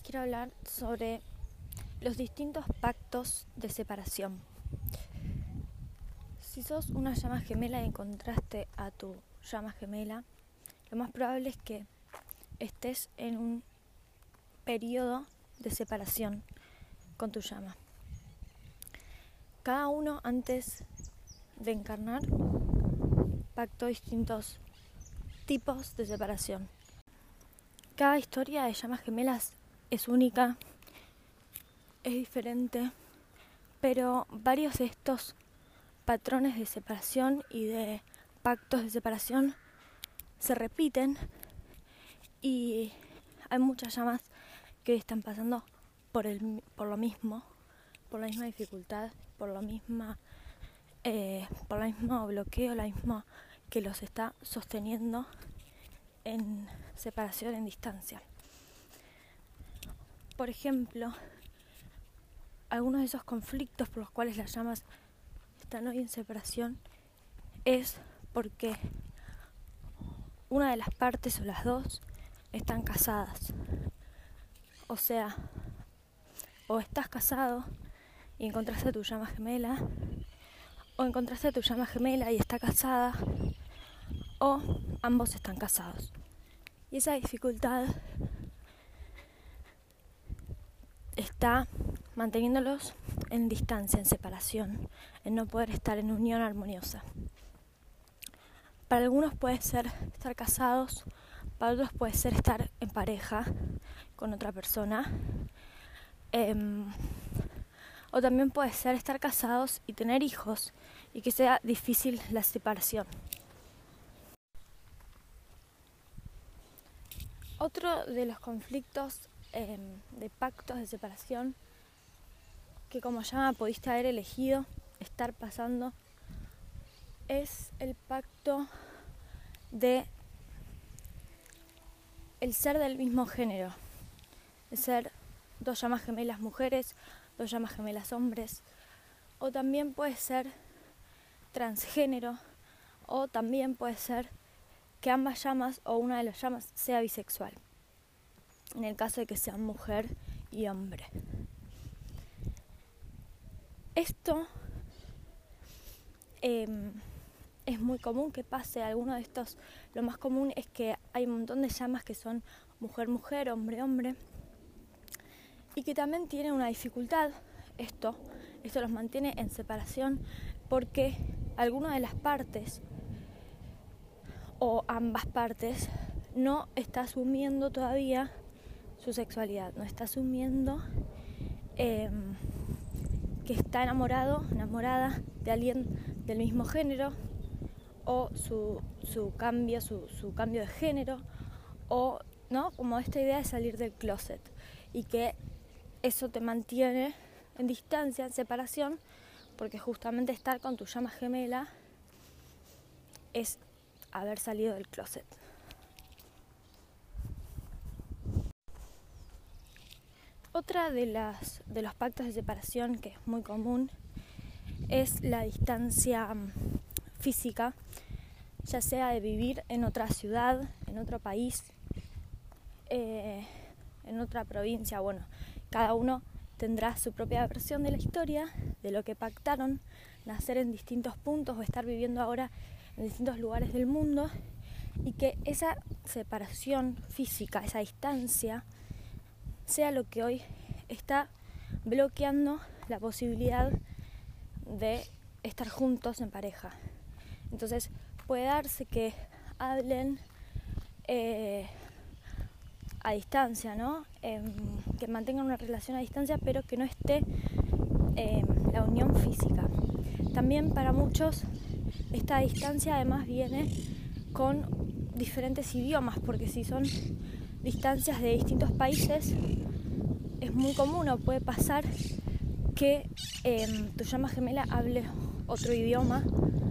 quiero hablar sobre los distintos pactos de separación. Si sos una llama gemela y encontraste a tu llama gemela, lo más probable es que estés en un periodo de separación con tu llama. Cada uno, antes de encarnar, pactó distintos tipos de separación. Cada historia de llamas gemelas es única, es diferente, pero varios de estos patrones de separación y de pactos de separación se repiten y hay muchas llamas que están pasando por lo mismo, por la misma dificultad, por el mismo bloqueo, la misma que los está sosteniendo en separación, en distancia. Por ejemplo, algunos de esos conflictos por los cuales las llamas están hoy en separación es porque una de las partes o las dos están casadas. O sea, o estás casado y encontraste a tu llama gemela, o encontraste a tu llama gemela y está casada, o ambos están casados. Y esa dificultad está manteniéndolos en distancia, en separación, en no poder estar en unión armoniosa. Para algunos puede ser estar casados, para otros puede ser estar en pareja con otra persona, o también puede ser estar casados y tener hijos y que sea difícil la separación. Otro de los conflictos de pactos de separación que como llama pudiste haber elegido estar pasando es el pacto de el ser del mismo género, el ser dos llamas gemelas mujeres, dos llamas gemelas hombres, o también puede ser transgénero, o también puede ser que ambas llamas o una de las llamas sea bisexual, en el caso de que sean mujer y hombre. Esto es muy común que pase alguno de estos. Lo más común es que hay un montón de llamas que son mujer-mujer, hombre-hombre, y que también tienen una dificultad. Esto los mantiene en separación porque alguna de las partes o ambas partes no está asumiendo todavía su sexualidad, no está asumiendo que está enamorada de alguien del mismo género, o su cambio de género, o no, como esta idea de salir del closet, y que eso te mantiene en distancia, en separación, porque justamente estar con tu llama gemela es haber salido del closet. Otra de los pactos de separación que es muy común es la distancia física, ya sea de vivir en otra ciudad, en otro país, en otra provincia. Bueno, cada uno tendrá su propia versión de la historia, de lo que pactaron, nacer en distintos puntos o estar viviendo ahora en distintos lugares del mundo, y que esa separación física, esa distancia, sea lo que hoy está bloqueando la posibilidad de estar juntos en pareja. Entonces puede darse que hablen a distancia, ¿no? Que mantengan una relación a distancia, pero que no esté la unión física. También para muchos esta distancia además viene con diferentes idiomas, porque si son distancias de distintos países, es muy común o puede pasar que tu llama gemela hable otro idioma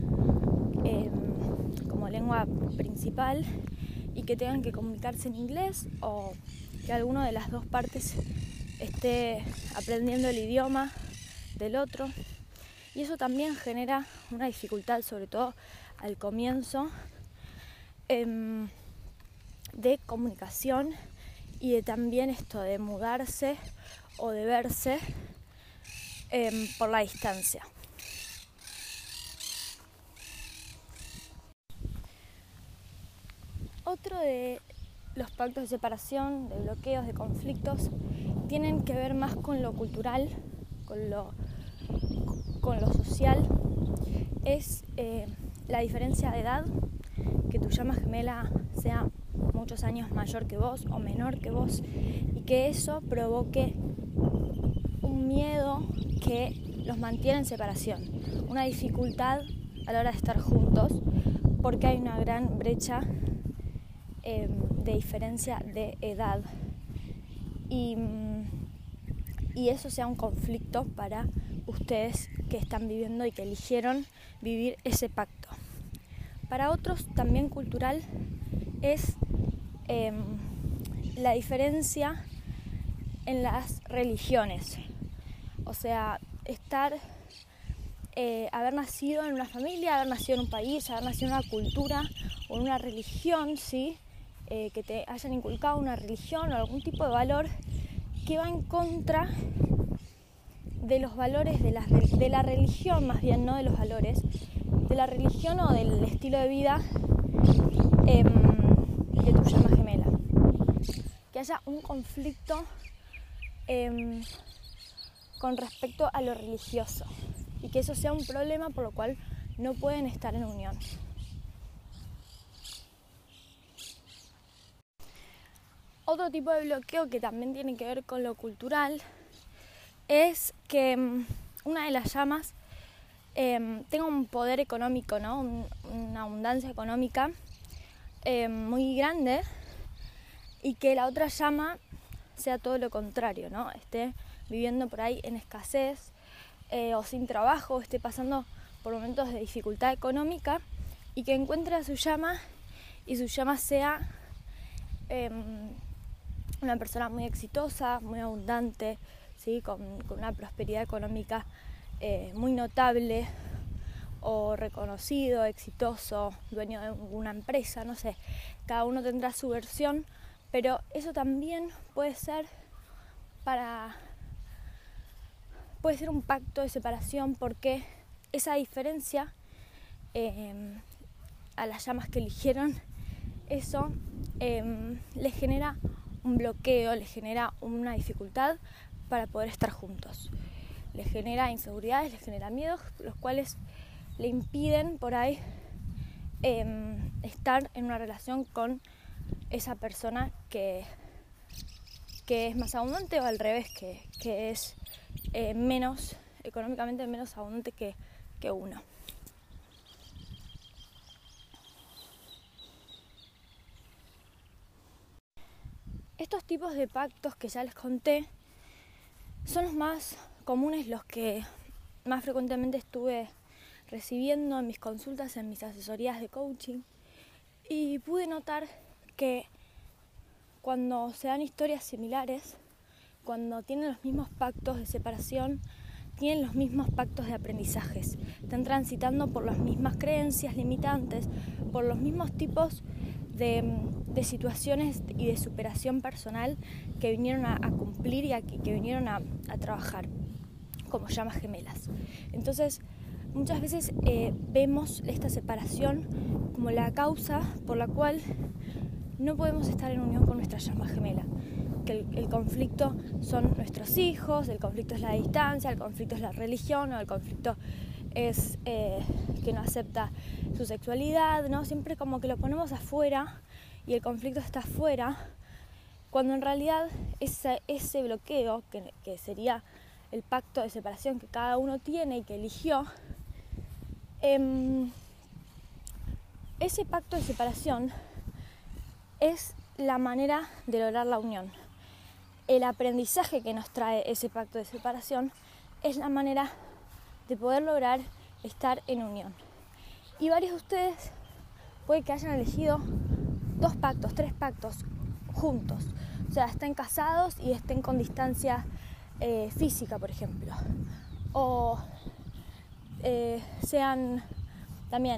como lengua principal, y que tengan que comunicarse en inglés, o que alguna de las dos partes esté aprendiendo el idioma del otro, y eso también genera una dificultad, sobre todo al comienzo, de comunicación y de también esto de mudarse o de verse por la distancia. Otro de los pactos de separación, de bloqueos, de conflictos, tienen que ver más con lo cultural, con lo social. Es la diferencia de edad, que tu llama gemela sea muchos años mayor que vos o menor que vos, y que eso provoque un miedo que los mantiene en separación, una dificultad a la hora de estar juntos, porque hay una gran brecha de diferencia de edad, y eso sea un conflicto para ustedes que están viviendo y que eligieron vivir ese pacto. Para otros, también cultural, es la diferencia en las religiones. O sea, haber nacido en una familia, haber nacido en un país, haber nacido en una cultura o en una religión, ¿sí? Que te hayan inculcado una religión o algún tipo de valor que va en contra de los valores de la religión, más bien, no de los valores, de la religión o del estilo de vida de tu llama gemela. Que haya un conflicto con respecto a lo religioso y que eso sea un problema por lo cual no pueden estar en unión. Otro tipo de bloqueo que también tiene que ver con lo cultural es que una de las llamas tenga un poder económico, ¿no? Una abundancia económica muy grande, y que la otra llama sea todo lo contrario, ¿no? Esté viviendo por ahí en escasez o sin trabajo, esté pasando por momentos de dificultad económica, y que encuentre a su llama y su llama sea una persona muy exitosa, muy abundante, ¿sí? con una prosperidad económica muy notable, o reconocido, exitoso, dueño de una empresa, no sé, cada uno tendrá su versión, pero eso también puede ser un pacto de separación, porque esa diferencia a las llamas que eligieron, eso les genera un bloqueo, les genera una dificultad para poder estar juntos. Les genera inseguridades, les genera miedos, los cuales le impiden por ahí estar en una relación con esa persona que es más abundante, o al revés, que es económicamente menos abundante que uno. Estos tipos de pactos que ya les conté son los más comunes, los que más frecuentemente estuve recibiendo en mis consultas, en mis asesorías de coaching, y pude notar que cuando se dan historias similares, cuando tienen los mismos pactos de separación, tienen los mismos pactos de aprendizajes, están transitando por las mismas creencias limitantes, por los mismos tipos de situaciones y de superación personal que vinieron a cumplir y que vinieron a trabajar como llamas gemelas. Entonces, muchas veces vemos esta separación como la causa por la cual no podemos estar en unión con nuestra llama gemela. Que el conflicto son nuestros hijos, el conflicto es la distancia, el conflicto es la religión, o el conflicto es que no acepta su sexualidad, ¿no? Siempre como que lo ponemos afuera y el conflicto está afuera, cuando en realidad ese bloqueo, que sería el pacto de separación que cada uno tiene y que eligió, ese pacto de separación es la manera de lograr la unión. El aprendizaje que nos trae ese pacto de separación es la manera de poder lograr estar en unión. Y varios de ustedes puede que hayan elegido 2 pactos, 3 pactos juntos. O sea, estén casados y estén con distancia física, por ejemplo. O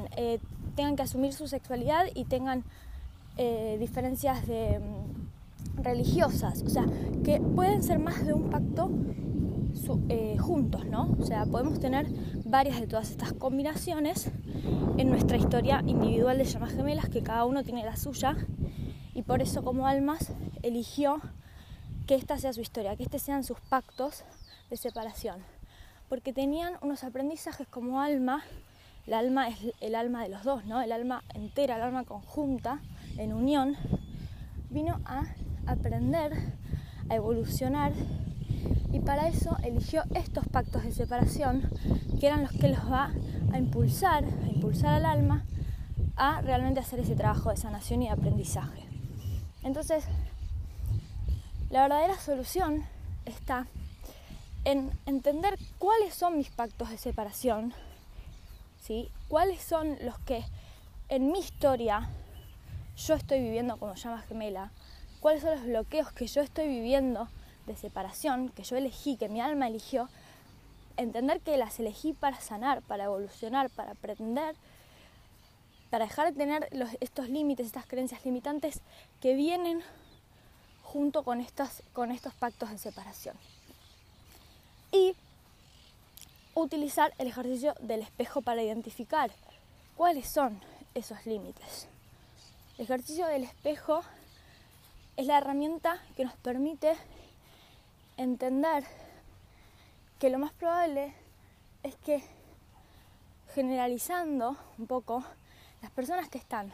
tengan que asumir su sexualidad y tengan diferencias religiosas, o sea, que pueden ser más de un pacto juntos, ¿no? O sea, podemos tener varias de todas estas combinaciones en nuestra historia individual de llamas gemelas, que cada uno tiene la suya, y por eso como almas eligió que esta sea su historia, que estos sean sus pactos de separación, porque tenían unos aprendizajes como alma. El alma es el alma de los dos, ¿no? El alma entera, el alma conjunta, en unión, vino a aprender, a evolucionar, y para eso eligió estos pactos de separación, que eran los que los va a impulsar al alma a realmente hacer ese trabajo de sanación y de aprendizaje. Entonces, la verdadera solución está en entender cuáles son mis pactos de separación, ¿sí? Cuáles son los que en mi historia yo estoy viviendo como llama gemela, cuáles son los bloqueos que yo estoy viviendo de separación, que yo elegí, que mi alma eligió, entender que las elegí para sanar, para evolucionar, para aprender, para dejar de tener estos límites, estas creencias limitantes que vienen junto con estos pactos de separación. Y utilizar el ejercicio del espejo para identificar cuáles son esos límites. El ejercicio del espejo es la herramienta que nos permite entender que lo más probable es que, generalizando un poco, las personas que están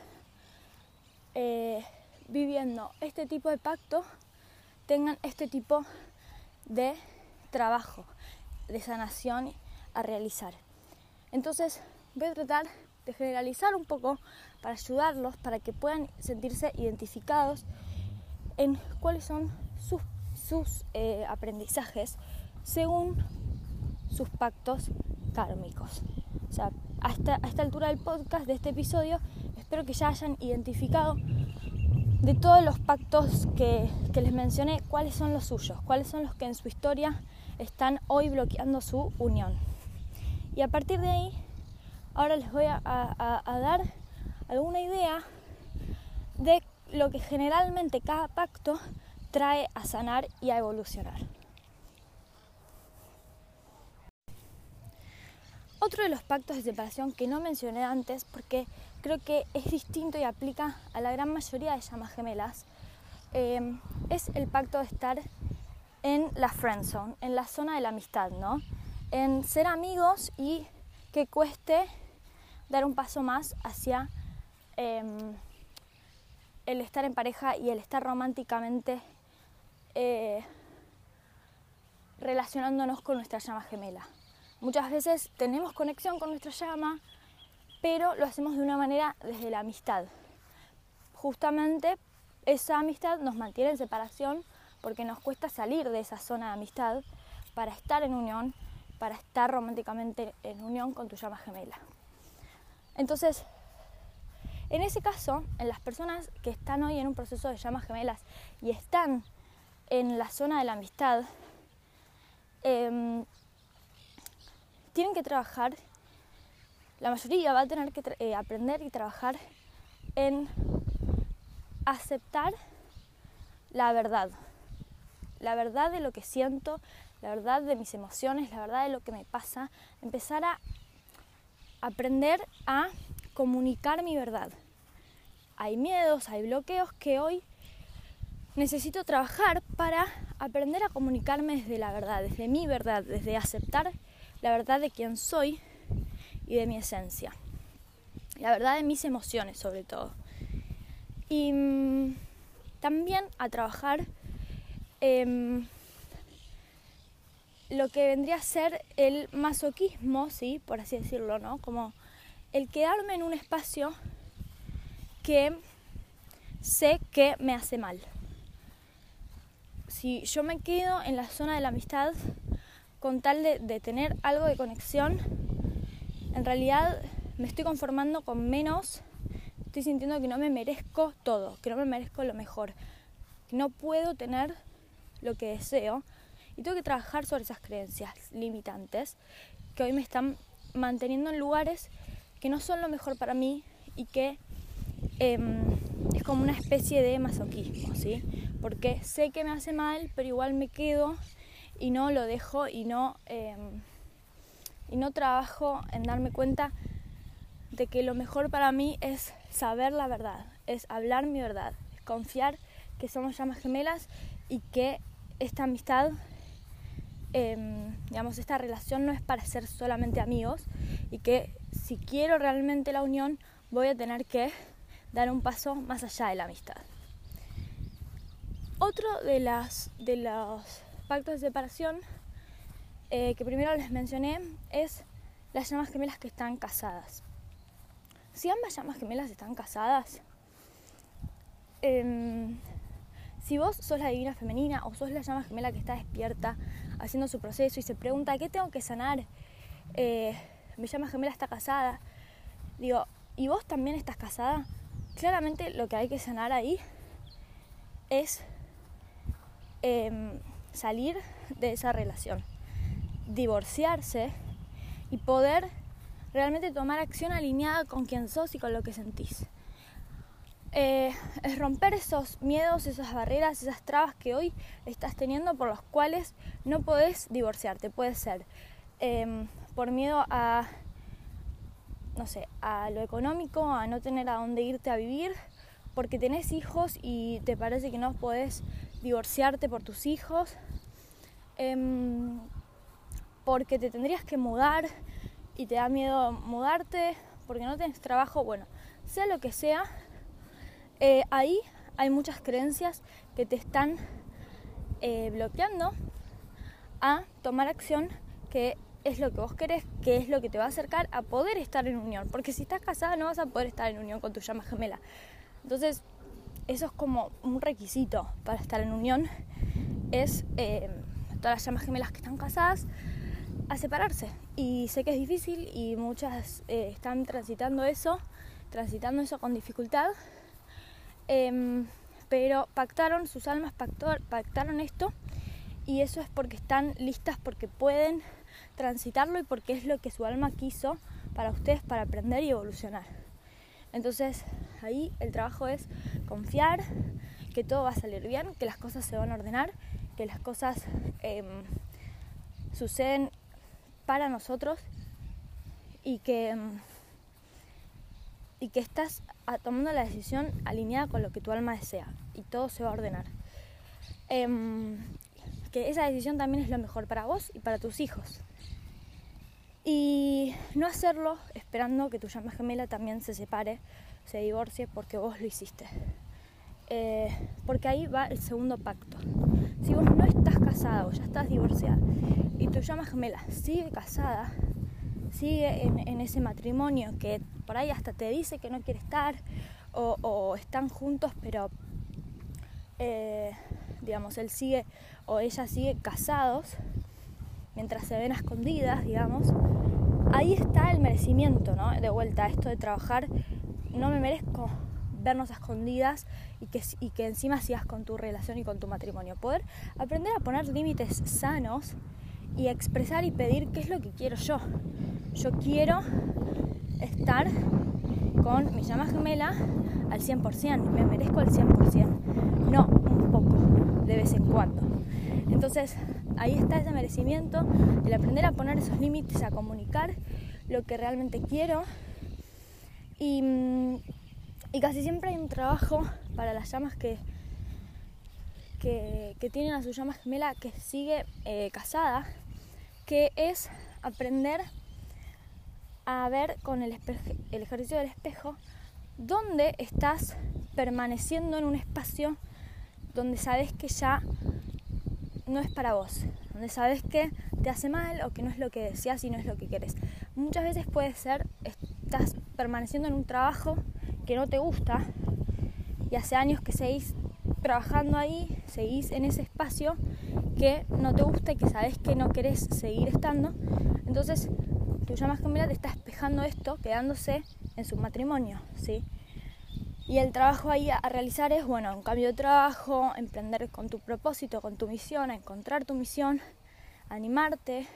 viviendo este tipo de pacto tengan este tipo de trabajo, de sanación a realizar. Entonces voy a tratar de generalizar un poco para ayudarlos, para que puedan sentirse identificados en cuáles son sus aprendizajes según sus pactos kármicos. O sea, a esta altura del podcast, de este episodio, espero que ya hayan identificado de todos los pactos que les mencioné, cuáles son los suyos, cuáles son los que en su historia están hoy bloqueando su unión. Y a partir de ahí, ahora les voy a dar alguna idea de lo que generalmente cada pacto trae a sanar y a evolucionar. Otro de los pactos de separación que no mencioné antes, porque creo que es distinto y aplica a la gran mayoría de llamas gemelas, es el pacto de estar en la friend zone, en la zona de la amistad, ¿no? En ser amigos y que cueste dar un paso más hacia el estar en pareja y el estar románticamente relacionándonos con nuestra llama gemela. Muchas veces tenemos conexión con nuestra llama, pero lo hacemos de una manera desde la amistad. Justamente esa amistad nos mantiene en separación porque nos cuesta salir de esa zona de amistad para estar en unión, para estar románticamente en unión con tu llama gemela. Entonces, en ese caso, en las personas que están hoy en un proceso de llamas gemelas y están en la zona de la amistad, tienen que trabajar, la mayoría va a tener que aprender y trabajar en aceptar la verdad de lo que siento, la verdad de mis emociones, la verdad de lo que me pasa, empezar a aprender a comunicar mi verdad. Hay miedos, hay bloqueos que hoy necesito trabajar para aprender a comunicarme desde la verdad, desde mi verdad, desde aceptar la verdad de quién soy y de mi esencia, la verdad de mis emociones sobre todo. Y también a trabajar lo que vendría a ser el masoquismo, ¿sí? Por así decirlo, ¿no? Como el quedarme en un espacio que sé que me hace mal. Si yo me quedo en la zona de la amistad con tal de tener algo de conexión, en realidad me estoy conformando con menos, estoy sintiendo que no me merezco todo, que no me merezco lo mejor, que no puedo tener lo que deseo y tengo que trabajar sobre esas creencias limitantes que hoy me están manteniendo en lugares que no son lo mejor para mí y que es como una especie de masoquismo, ¿sí? Porque sé que me hace mal, pero igual me quedo y no lo dejo y no trabajo en darme cuenta de que lo mejor para mí es saber la verdad, es hablar mi verdad, es confiar que somos llamas gemelas y que esta amistad, esta relación no es para ser solamente amigos y que si quiero realmente la unión voy a tener que dar un paso más allá de la amistad. Otro de los pactos de separación que primero les mencioné es las llamas gemelas que están casadas. Si ambas llamas gemelas están casadas, si vos sos la divina femenina o sos la llama gemela que está despierta haciendo su proceso y se pregunta ¿qué tengo que sanar? Mi llama gemela está casada, ¿y vos también estás casada? Claramente lo que hay que sanar ahí es salir de esa relación, divorciarse y poder realmente tomar acción alineada con quien sos y con lo que sentís. Es romper esos miedos, esas barreras, esas trabas que hoy estás teniendo por los cuales no podés divorciarte. Puede ser por miedo a lo económico, a no tener a dónde irte a vivir, porque tenés hijos y te parece que no podés divorciarte por tus hijos, porque te tendrías que mudar y te da miedo mudarte, porque no tenés trabajo, sea lo que sea. Ahí hay muchas creencias que te están bloqueando a tomar acción, que es lo que vos querés, que es lo que te va a acercar a poder estar en unión, porque si estás casada no vas a poder estar en unión con tu llama gemela. Entonces eso es como un requisito para estar en unión, es todas las llamas gemelas que están casadas a separarse, y sé que es difícil y muchas están transitando eso con dificultad. Pero sus almas pactaron esto, y eso es porque están listas, porque pueden transitarlo y porque es lo que su alma quiso para ustedes, para aprender y evolucionar. Entonces ahí el trabajo es confiar que todo va a salir bien, que las cosas se van a ordenar, que las cosas suceden para nosotros y que estás tomando la decisión alineada con lo que tu alma desea y todo se va a ordenar. Que esa decisión también es lo mejor para vos y para tus hijos. Y no hacerlo esperando que tu llama gemela también se separe, se divorcie porque vos lo hiciste. Porque ahí va el segundo pacto. Si vos no estás casado, ya estás divorciada, y tu llama gemela sigue casada, sigue en ese matrimonio que por ahí hasta te dice que no quiere estar, o están juntos pero él sigue o ella sigue casados mientras se ven a escondidas, ahí está el merecimiento, ¿no? De vuelta, esto de trabajar, no me merezco vernos a escondidas y que encima sigas con tu relación y con tu matrimonio. Poder aprender a poner límites sanos y expresar y pedir qué es lo que quiero yo. Yo quiero estar con mi llama gemela al 100%, me merezco al 100%, no un poco, de vez en cuando. Entonces ahí está ese merecimiento, el aprender a poner esos límites, a comunicar lo que realmente quiero, y casi siempre hay un trabajo para las llamas que tienen a su llama gemela que sigue casada, que es aprender a ver con el ejercicio del espejo dónde estás permaneciendo en un espacio donde sabes que ya no es para vos, donde sabes que te hace mal o que no es lo que deseas y no es lo que querés. Muchas veces puede ser, estás permaneciendo en un trabajo que no te gusta y hace años que seguís trabajando ahí, seguís en ese espacio que no te gusta y que sabes que no querés seguir estando. Entonces tu llama gemela te está espejando esto, quedándose en su matrimonio, ¿sí? Y el trabajo ahí a realizar es, un cambio de trabajo, emprender con tu propósito, con tu misión, a encontrar tu misión, animarte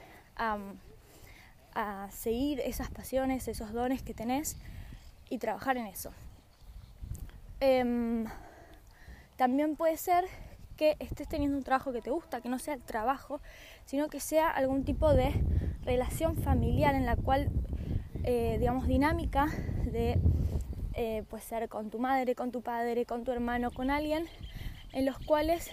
a seguir esas pasiones, esos dones que tenés y trabajar en eso. También puede ser que estés teniendo un trabajo que te gusta, que no sea el trabajo, sino que sea algún tipo de relación familiar en la cual, dinámica de, puede ser con tu madre, con tu padre, con tu hermano, con alguien, en los cuales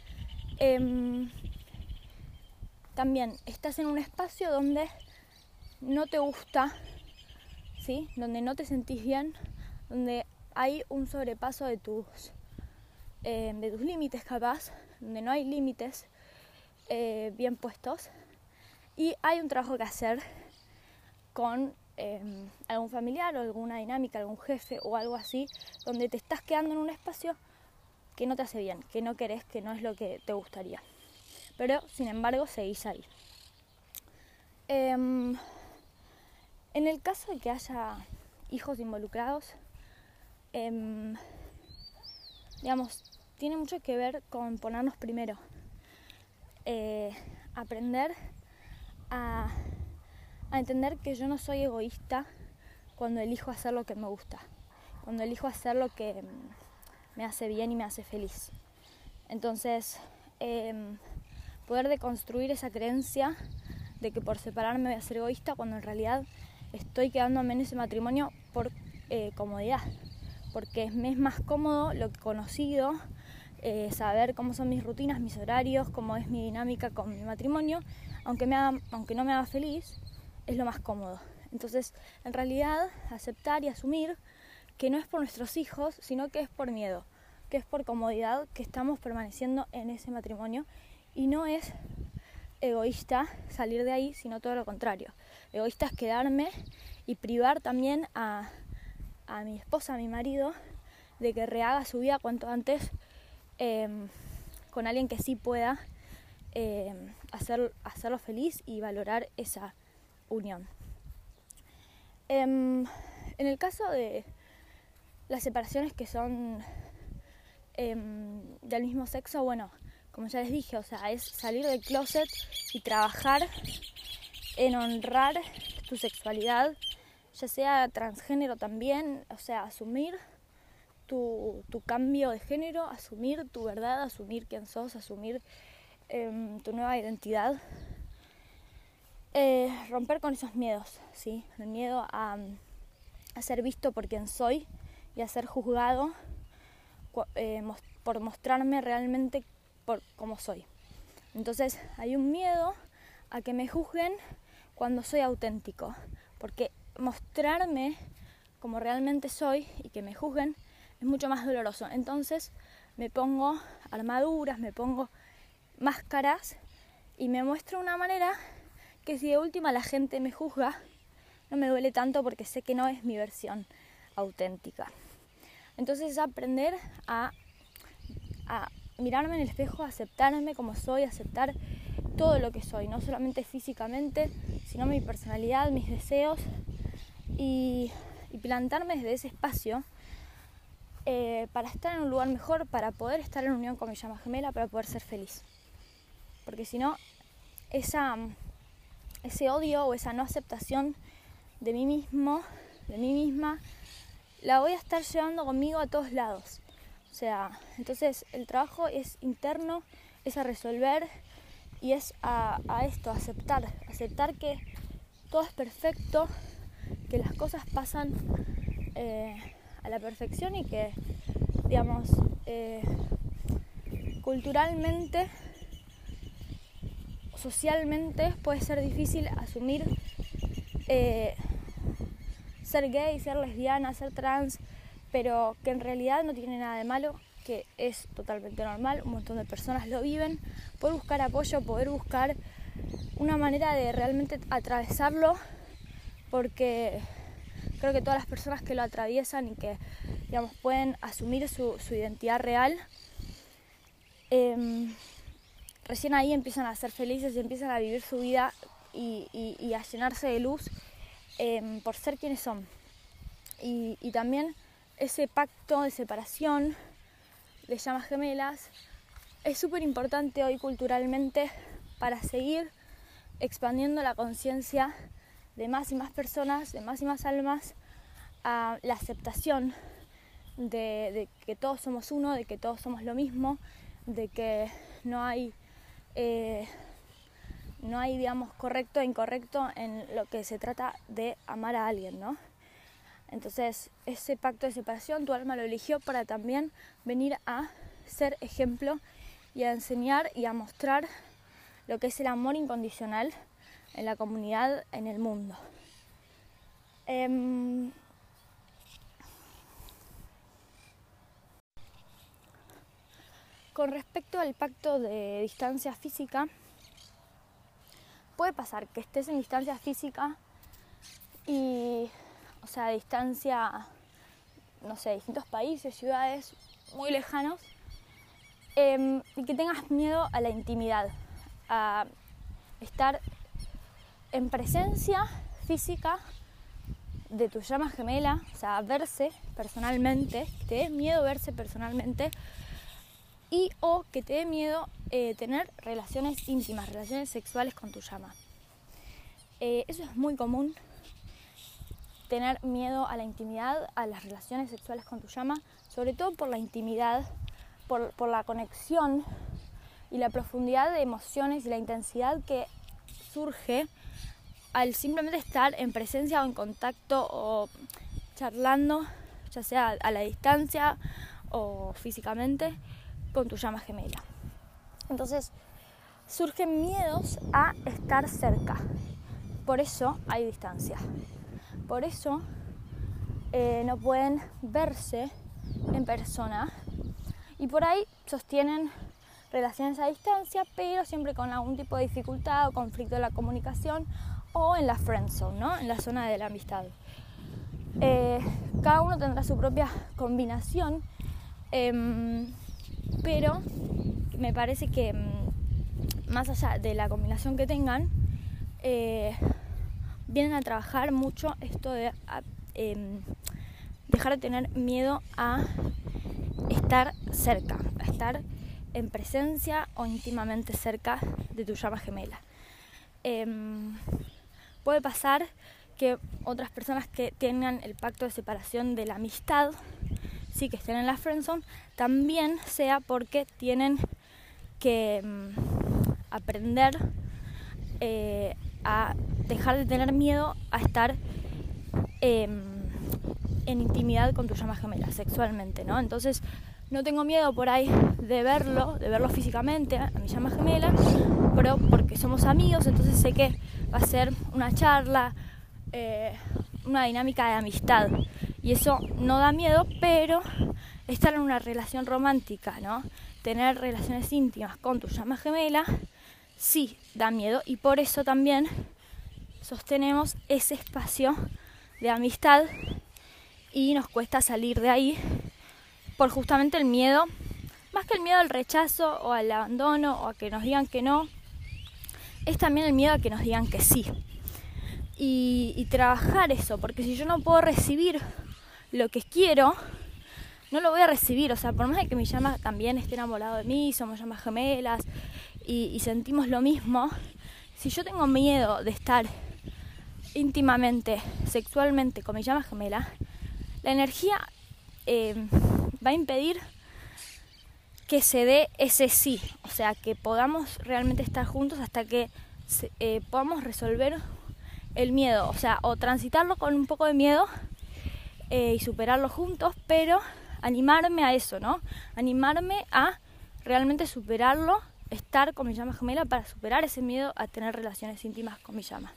también estás en un espacio donde no te gusta, ¿sí? Donde no te sentís bien, donde hay un sobrepaso de tus límites capaz, donde no hay límites bien puestos, y hay un trabajo que hacer con algún familiar o alguna dinámica, algún jefe o algo así, donde te estás quedando en un espacio que no te hace bien, que no querés, que no es lo que te gustaría, pero sin embargo seguís ahí. En el caso de que haya hijos involucrados, tiene mucho que ver con ponernos primero, aprender a entender que yo no soy egoísta cuando elijo hacer lo que me gusta, cuando elijo hacer lo que me hace bien y me hace feliz. Entonces, poder deconstruir esa creencia de que por separarme voy a ser egoísta, cuando en realidad estoy quedándome en ese matrimonio por comodidad, porque me es más cómodo lo conocido, saber cómo son mis rutinas, mis horarios, cómo es mi dinámica con mi matrimonio, aunque no me haga feliz, es lo más cómodo. Entonces, en realidad, aceptar y asumir que no es por nuestros hijos, sino que es por miedo, que es por comodidad que estamos permaneciendo en ese matrimonio, y no es egoísta salir de ahí, sino todo lo contrario. Egoísta es quedarme y privar también a mi esposa, a mi marido, de que rehaga su vida cuanto antes con alguien que sí pueda hacerlo feliz y valorar esa unión. En el caso de las separaciones que son del mismo sexo, bueno, como ya les dije, o sea, es salir del closet y trabajar en honrar tu sexualidad, ya sea transgénero también, o sea, asumir tu cambio de género, asumir tu verdad, asumir quién sos, asumir tu nueva identidad, romper con esos miedos, ¿sí? El miedo a ser visto por quien soy y a ser juzgado por mostrarme realmente por cómo soy. Entonces hay un miedo a que me juzguen cuando soy auténtico, porque mostrarme como realmente soy y que me juzguen es mucho más doloroso. Entonces me pongo armaduras, me pongo máscaras y me muestro de una manera que, si de última la gente me juzga, no me duele tanto porque sé que no es mi versión auténtica. Entonces es aprender a mirarme en el espejo, aceptarme como soy, aceptar todo lo que soy, no solamente físicamente, sino mi personalidad, mis deseos, y plantarme desde ese espacio para estar en un lugar mejor, para poder estar en unión con mi llama gemela, para poder ser feliz. Porque si no, ese odio o esa no aceptación de mí mismo, de mí misma, la voy a estar llevando conmigo a todos lados. O sea, entonces el trabajo es interno, es a resolver y es a esto, a aceptar que todo es perfecto, que las cosas pasan a la perfección y que, digamos, culturalmente, socialmente puede ser difícil asumir ser gay, ser lesbiana, ser trans, pero que en realidad no tiene nada de malo, que es totalmente normal, un montón de personas lo viven. Poder buscar apoyo, poder buscar una manera de realmente atravesarlo, porque creo que todas las personas que lo atraviesan y que, digamos, pueden asumir su identidad real, recién ahí empiezan a ser felices y empiezan a vivir su vida y a llenarse de luz por ser quienes son. Y también ese pacto de separación de llamas gemelas es súper importante hoy culturalmente para seguir expandiendo la conciencia de más y más personas, de más y más almas, a la aceptación de que todos somos uno, de que todos somos lo mismo, de que no hay, digamos, correcto e incorrecto en lo que se trata de amar a alguien, ¿no? Entonces, ese pacto de separación, tu alma lo eligió para también venir a ser ejemplo y a enseñar y a mostrar lo que es el amor incondicional en la comunidad, en el mundo. Con respecto al pacto de distancia física, puede pasar que estés en distancia física y, o sea, distancia, no sé, distintos países, ciudades muy lejanos, y que tengas miedo a la intimidad, a estar en presencia física de tu llama gemela, o sea, verse personalmente, que te dé miedo verse personalmente, y o que te dé miedo tener relaciones íntimas, relaciones sexuales con tu llama. Eso es muy común, tener miedo a la intimidad, a las relaciones sexuales con tu llama, sobre todo por la intimidad, por la conexión y la profundidad de emociones y la intensidad que surge al simplemente estar en presencia o en contacto o charlando, ya sea a la distancia o físicamente, con tu llama gemela. Entonces surgen miedos a estar cerca, por eso hay distancia, por eso no pueden verse en persona y por ahí sostienen relaciones a distancia, pero siempre con algún tipo de dificultad o conflicto en la comunicación o en la friend zone, ¿no? En la zona de la amistad. Cada uno tendrá su propia combinación, pero me parece que más allá de la combinación que tengan, vienen a trabajar mucho esto de dejar de tener miedo a estar cerca, a estar en presencia o íntimamente cerca de tu llama gemela. Puede pasar que otras personas que tengan el pacto de separación de la amistad, sí, que estén en la friendzone, también sea porque tienen que aprender a dejar de tener miedo a estar en intimidad con tu llama gemela, sexualmente, ¿no? Entonces, no tengo miedo por ahí de verlo físicamente a mi llama gemela, pero porque somos amigos, entonces sé que va a ser una charla, una dinámica de amistad. Y eso no da miedo, pero estar en una relación romántica, ¿no? Tener relaciones íntimas con tu llama gemela, sí da miedo. Y por eso también sostenemos ese espacio de amistad y nos cuesta salir de ahí por justamente el miedo, más que el miedo al rechazo o al abandono o a que nos digan que no, es también el miedo a que nos digan que sí. Y trabajar eso, porque si yo no puedo recibir lo que quiero, no lo voy a recibir. O sea, por más de que mi llama también esté enamorado de mí, somos llamas gemelas y sentimos lo mismo, si yo tengo miedo de estar íntimamente, sexualmente con mi llama gemela, la energía va a impedir que se dé ese sí, o sea, que podamos realmente estar juntos hasta que podamos resolver el miedo, o sea, o transitarlo con un poco de miedo y superarlo juntos, pero animarme a eso, ¿no? Animarme a realmente superarlo, estar con mi llama gemela para superar ese miedo a tener relaciones íntimas con mi llama.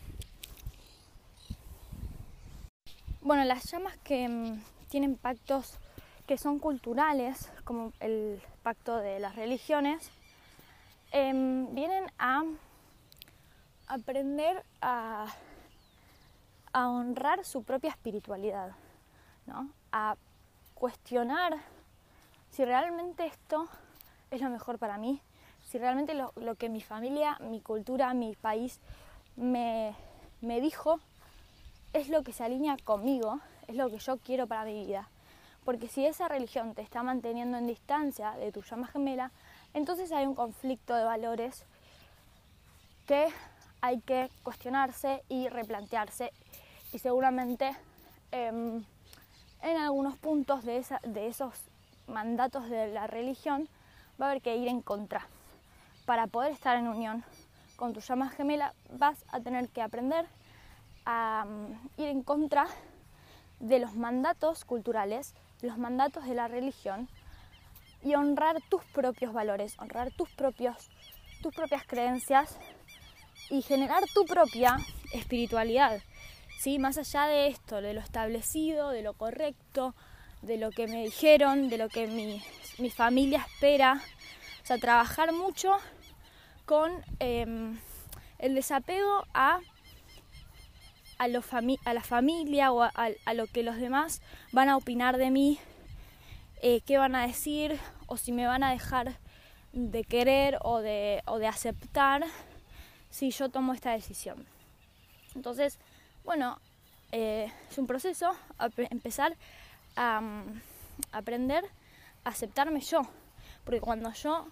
Bueno, las llamas que tienen pactos que son culturales, como el pacto de las religiones, vienen a aprender a honrar su propia espiritualidad, ¿no? A cuestionar si realmente esto es lo mejor para mí, si realmente lo que mi familia, mi cultura, mi país me dijo es lo que se alinea conmigo, es lo que yo quiero para mi vida. Porque si esa religión te está manteniendo en distancia de tu llama gemela, entonces hay un conflicto de valores que hay que cuestionarse y replantearse y seguramente en algunos puntos de esos mandatos de la religión va a haber que ir en contra. Para poder estar en unión con tu llama gemela vas a tener que aprender a ir en contra de los mandatos culturales, los mandatos de la religión y honrar tus propios valores, honrar tus propias creencias y generar tu propia espiritualidad, ¿sí? Más allá de esto, de lo establecido, de lo correcto, de lo que me dijeron, de lo que mi familia espera. O sea, trabajar mucho con el desapego a la familia o a lo que los demás van a opinar de mí, qué van a decir o si me van a dejar de querer o de aceptar si yo tomo esta decisión. Entonces, bueno, es un proceso empezar a aprender a aceptarme yo, porque cuando yo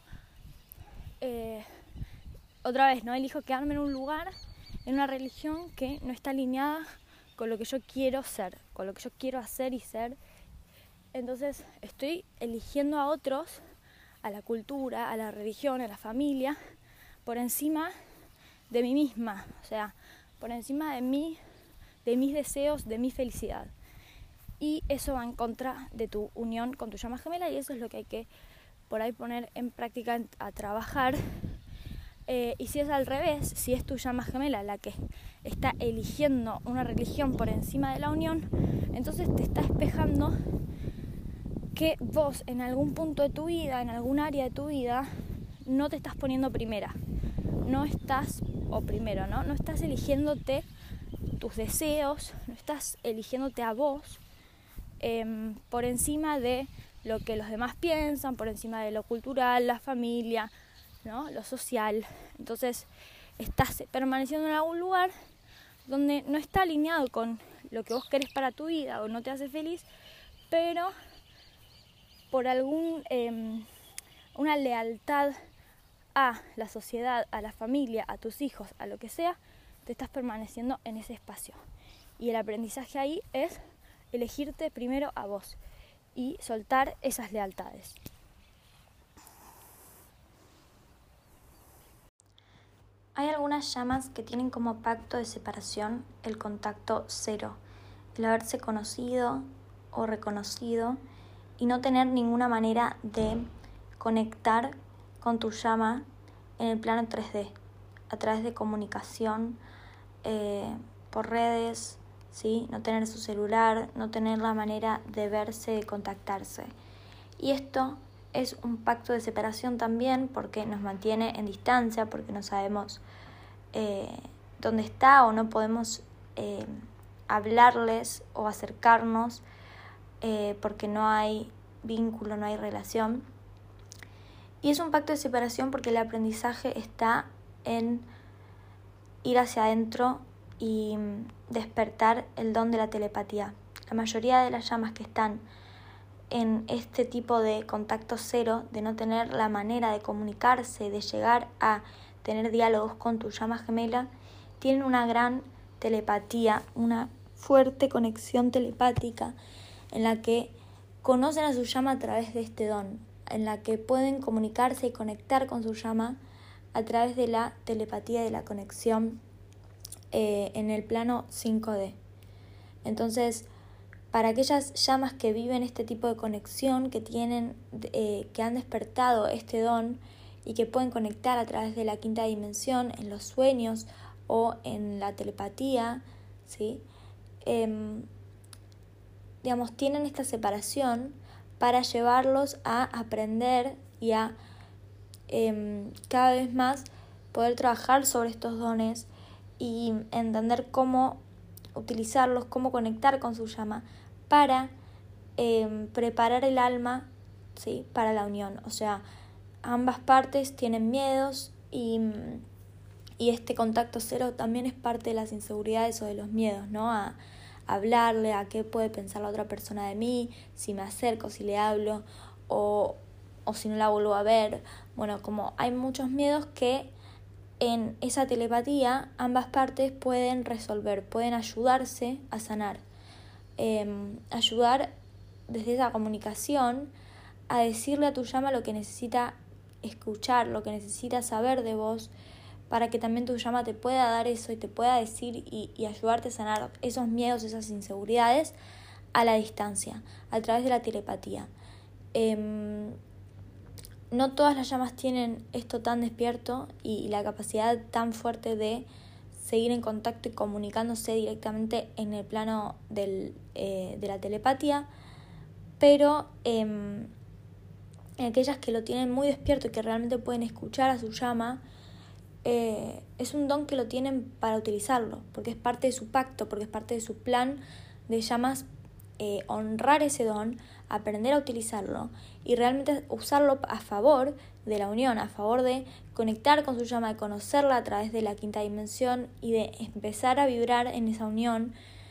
otra vez no elijo quedarme en un lugar, en una religión que no está alineada con lo que yo quiero ser, con lo que yo quiero hacer y ser, entonces estoy eligiendo a otros, a la cultura, a la religión, a la familia, por encima de mí misma, o sea, por encima de mí, de mis deseos, de mi felicidad. Y eso va en contra de tu unión con tu llama gemela, y eso es lo que hay que por ahí poner en práctica, a trabajar. Y si es al revés, si es tu llama gemela la que está eligiendo una religión por encima de la unión, entonces te está espejando que vos en algún punto de tu vida, en algún área de tu vida, no te estás poniendo primera. No estás eligiéndote tus deseos, no estás eligiéndote a vos por encima de lo que los demás piensan, por encima de lo cultural, la familia, ¿no? Lo social. Entonces estás permaneciendo en algún lugar donde no está alineado con lo que vos querés para tu vida o no te hace feliz, pero por una lealtad a la sociedad, a la familia, a tus hijos, a lo que sea, te estás permaneciendo en ese espacio. Y el aprendizaje ahí es elegirte primero a vos y soltar esas lealtades. Hay algunas llamas que tienen como pacto de separación el contacto cero, el haberse conocido o reconocido y no tener ninguna manera de conectar con tu llama en el plano 3D, a través de comunicación, por redes, ¿sí? No tener su celular, no tener la manera de verse, de contactarse. Y esto es un pacto de separación también porque nos mantiene en distancia, porque no sabemos dónde está o no podemos hablarles o acercarnos porque no hay vínculo, no hay relación. Y es un pacto de separación porque el aprendizaje está en ir hacia adentro y despertar el don de la telepatía. La mayoría de las llamas que están en este tipo de contacto cero, de no tener la manera de comunicarse, de llegar a tener diálogos con tu llama gemela, tienen una gran telepatía, una fuerte conexión telepática en la que conocen a su llama a través de este don, en la que pueden comunicarse y conectar con su llama a través de la telepatía, de la conexión en el plano 5D. Entonces, para aquellas llamas que viven este tipo de conexión, que han despertado este don y que pueden conectar a través de la quinta dimensión, en los sueños o en la telepatía, ¿sí? Tienen esta separación para llevarlos a aprender y a cada vez más poder trabajar sobre estos dones y entender cómo utilizarlos, cómo conectar con su llama para preparar el alma, ¿sí? Para la unión. O sea, ambas partes tienen miedos y este contacto cero también es parte de las inseguridades o de los miedos, ¿no? A hablarle, a qué puede pensar la otra persona de mí, si me acerco, si le hablo o si no la vuelvo a ver. Bueno, como hay muchos miedos que en esa telepatía ambas partes pueden resolver, pueden ayudarse a sanar, ayudar desde esa comunicación a decirle a tu llama lo que necesita escuchar, lo que necesita saber de vos, para que también tu llama te pueda dar eso y te pueda decir y ayudarte a sanar esos miedos, esas inseguridades a la distancia, a través de la telepatía. No todas las llamas tienen esto tan despierto y la capacidad tan fuerte de seguir en contacto y comunicándose directamente en el plano de la telepatía, pero en aquellas que lo tienen muy despierto y que realmente pueden escuchar a su llama, es un don que lo tienen para utilizarlo, porque es parte de su pacto, porque es parte de su plan de llamas, honrar ese don, aprender a utilizarlo y realmente usarlo a favor de la unión, a favor de conectar con su llama, de conocerla a través de la quinta dimensión y de empezar a vibrar en esa unión,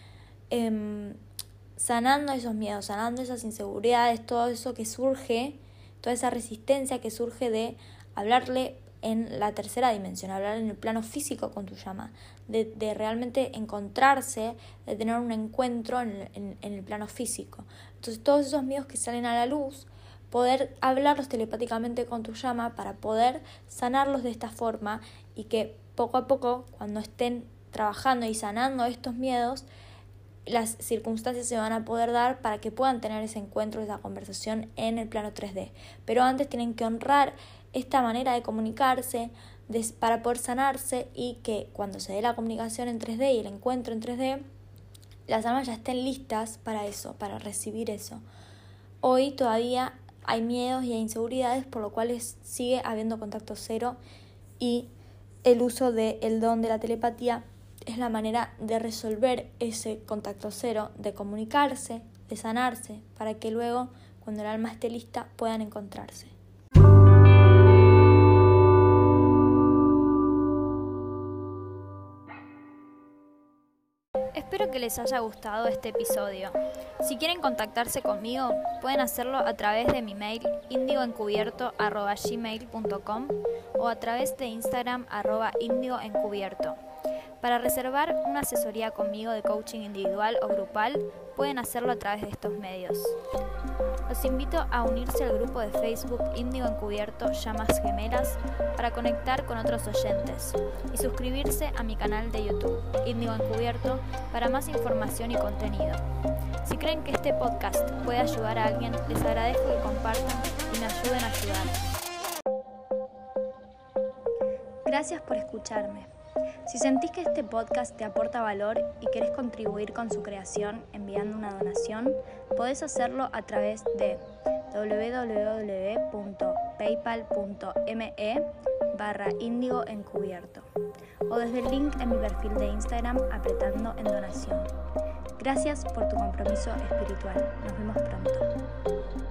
sanando esos miedos, sanando esas inseguridades, todo eso que surge, toda esa resistencia que surge de hablarle en la tercera dimensión, hablar en el plano físico con tu llama, de realmente encontrarse, de tener un encuentro en el plano físico. Entonces todos esos miedos que salen a la luz, poder hablarlos telepáticamente con tu llama para poder sanarlos de esta forma y que poco a poco, cuando estén trabajando y sanando estos miedos, las circunstancias se van a poder dar para que puedan tener ese encuentro, esa conversación en el plano 3D. Pero antes tienen que honrar esta manera de comunicarse para poder sanarse y que cuando se dé la comunicación en 3D y el encuentro en 3D, las almas ya estén listas para eso, para recibir eso. Hoy todavía hay miedos y hay inseguridades, por lo cual sigue habiendo contacto cero y el uso del don de la telepatía es la manera de resolver ese contacto cero, de comunicarse, de sanarse, para que luego, cuando el alma esté lista, puedan encontrarse. Espero que les haya gustado este episodio. Si quieren contactarse conmigo, pueden hacerlo a través de mi mail indigoencubierto@gmail.com o a través de Instagram @indigoencubierto. Para reservar una asesoría conmigo de coaching individual o grupal, pueden hacerlo a través de estos medios. Los invito a unirse al grupo de Facebook Índigo Encubierto Llamas Gemelas para conectar con otros oyentes y suscribirse a mi canal de YouTube Índigo Encubierto para más información y contenido. Si creen que este podcast puede ayudar a alguien, les agradezco que compartan y me ayuden a ayudar. Gracias por escucharme. Si sentís que este podcast te aporta valor y querés contribuir con su creación enviando una donación, podés hacerlo a través de www.paypal.me/indigoencubierto o desde el link en mi perfil de Instagram apretando en donación. Gracias por tu compromiso espiritual. Nos vemos pronto.